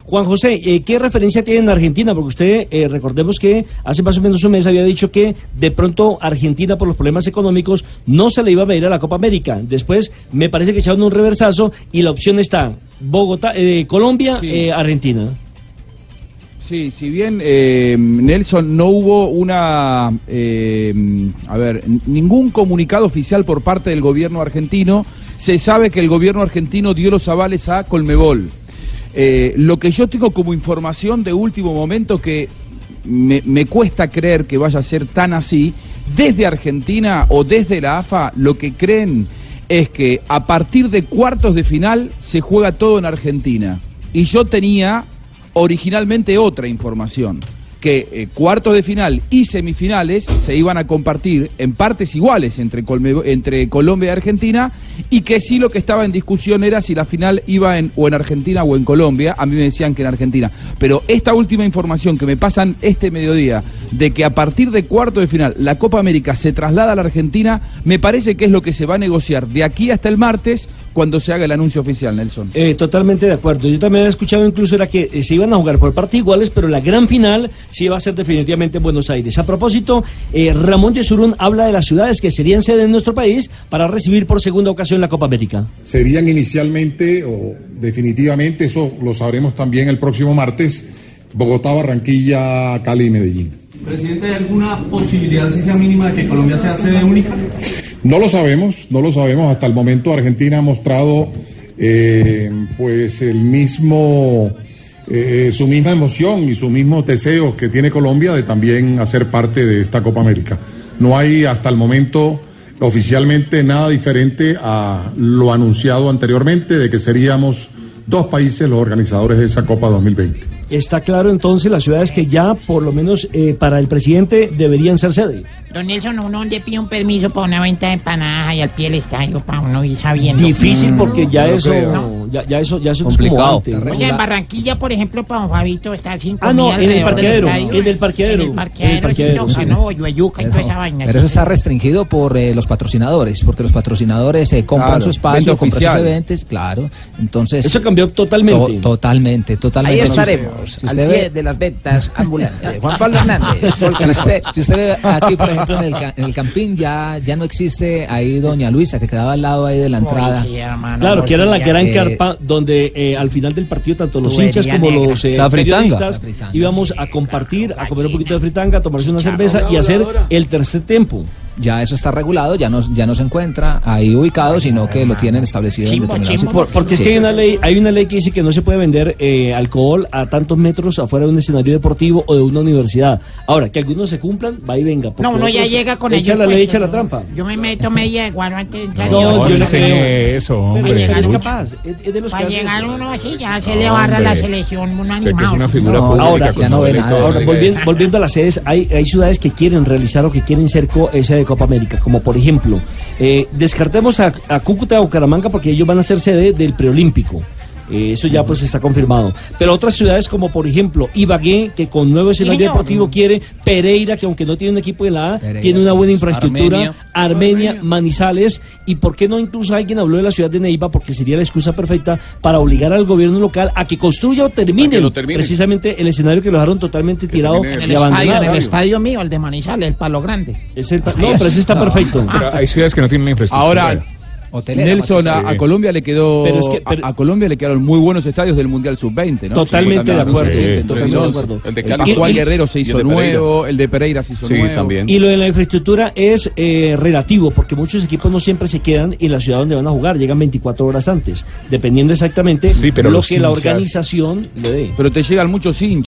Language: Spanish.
Juan José, ¿qué referencia tiene en Argentina? Porque usted, recordemos que hace más o menos un mes había dicho que de pronto Argentina, por los problemas económicos, no se le iba a medir a la Copa América. Después me parece que echaron un reversazo y la opción está Bogotá, Colombia, sí. Argentina. Sí, si bien, Nelson, no hubo ningún comunicado oficial por parte del gobierno argentino, se sabe que el gobierno argentino dio los avales a Conmebol. Lo que yo tengo como información de último momento, que me cuesta creer que vaya a ser tan así, desde Argentina o desde la AFA, lo que creen es que a partir de cuartos de final se juega todo en Argentina. Y yo tenía originalmente otra información, que cuartos de final y semifinales se iban a compartir en partes iguales entre Colombia y Argentina, y que sí lo que estaba en discusión era si la final iba en Argentina o en Colombia. A mí me decían que en Argentina, pero esta última información que me pasan este mediodía, de que a partir de cuartos de final la Copa América se traslada a la Argentina, me parece que es lo que se va a negociar de aquí hasta el martes, cuando se haga el anuncio oficial, Nelson. Totalmente de acuerdo. Yo también he escuchado, incluso era que se iban a jugar por partes iguales, pero la gran final sí va a ser definitivamente en Buenos Aires. A propósito, Ramón Yesurún habla de las ciudades que serían sede en nuestro país para recibir por segunda ocasión la Copa América. Serían inicialmente o definitivamente, eso lo sabremos también el próximo martes, Bogotá, Barranquilla, Cali y Medellín. Presidente, ¿hay alguna posibilidad, si sea mínima, de que Colombia sea sede única? No lo sabemos. Hasta el momento Argentina ha mostrado pues el mismo, su misma emoción y su mismo deseo que tiene Colombia de también hacer parte de esta Copa América. No hay hasta el momento oficialmente nada diferente a lo anunciado anteriormente, de que seríamos dos países los organizadores de esa Copa 2020. Está claro entonces las ciudades que ya, por lo menos para el presidente, deberían ser sede. Don Nelson, uno donde pide un permiso para una venta de empanadas y al pie del estadio para uno ir sabiendo. Difícil, porque ya eso es complicado. O sea, en Barranquilla, por ejemplo, para don Fabito estar sin comida. No, en el parqueadero. Yueca y toda esa vaina. Pero eso está restringido por los patrocinadores, porque los patrocinadores compran su espacio, compran sus eventos, claro. Entonces eso cambió totalmente. Totalmente. Ahí estaremos, al pie de las ventas ambulantes. Juan Pablo Hernández. Si usted ve aquí, por ejemplo, en el Campín, ya no existe ahí Doña Luisa, que quedaba al lado ahí de la entrada. Sí, hermano, claro, que era la gran carpa donde al final del partido tanto los hinchas como los periodistas íbamos a compartir, a comer un poquito de fritanga, a tomarse una cerveza y hacer el tercer tiempo. Ya eso está regulado, ya no se encuentra ahí ubicado, sino que lo tienen establecido en determinados sitios. Porque es que hay una ley que dice que no se puede vender alcohol a tantos metros afuera de un escenario deportivo o de una universidad. Ahora, que algunos se cumplan, va y venga. No, uno ya llega con ellos. Echa la ley, echa la trampa. Yo me meto media de guaro antes de entrar. No, yo no creo eso, hombre. Es capaz. Es de los para llegar uno así, ya se le barra la selección, uno animado. Es una figura ahora, ya no ve nada. Ahora, volviendo a las sedes, hay ciudades que quieren realizar o que quieren ser sede de Copa América, como por ejemplo, descartemos a Cúcuta o Bucaramanga porque ellos van a ser sede del preolímpico. Eso ya pues está confirmado. Pero otras ciudades como por ejemplo Ibagué, que con nuevo escenario deportivo quiere, Pereira, que aunque no tiene un equipo de la A, tiene una buena infraestructura, Armenia, Manizales, y por qué no incluso alguien habló de la ciudad de Neiva, porque sería la excusa perfecta para obligar al gobierno local a que construya o termine precisamente el escenario que lo dejaron totalmente tirado y abandonado. En el estadio mío, el de Manizales, el Palo Grande. Pero ese está perfecto. Pero hay ciudades que no tienen la infraestructura. Ahora, Nelson, a Colombia le quedó a Colombia le quedaron muy buenos estadios del Mundial Sub-20, ¿no? Totalmente de acuerdo. Totalmente de acuerdo. El de Pascual Guerrero se hizo nuevo, el de Pereira se hizo nuevo. También. Y lo de la infraestructura es relativo, porque muchos equipos no siempre se quedan en la ciudad donde van a jugar, llegan 24 horas antes, dependiendo exactamente lo que la organización le dé. Pero te llegan muchos hinchas.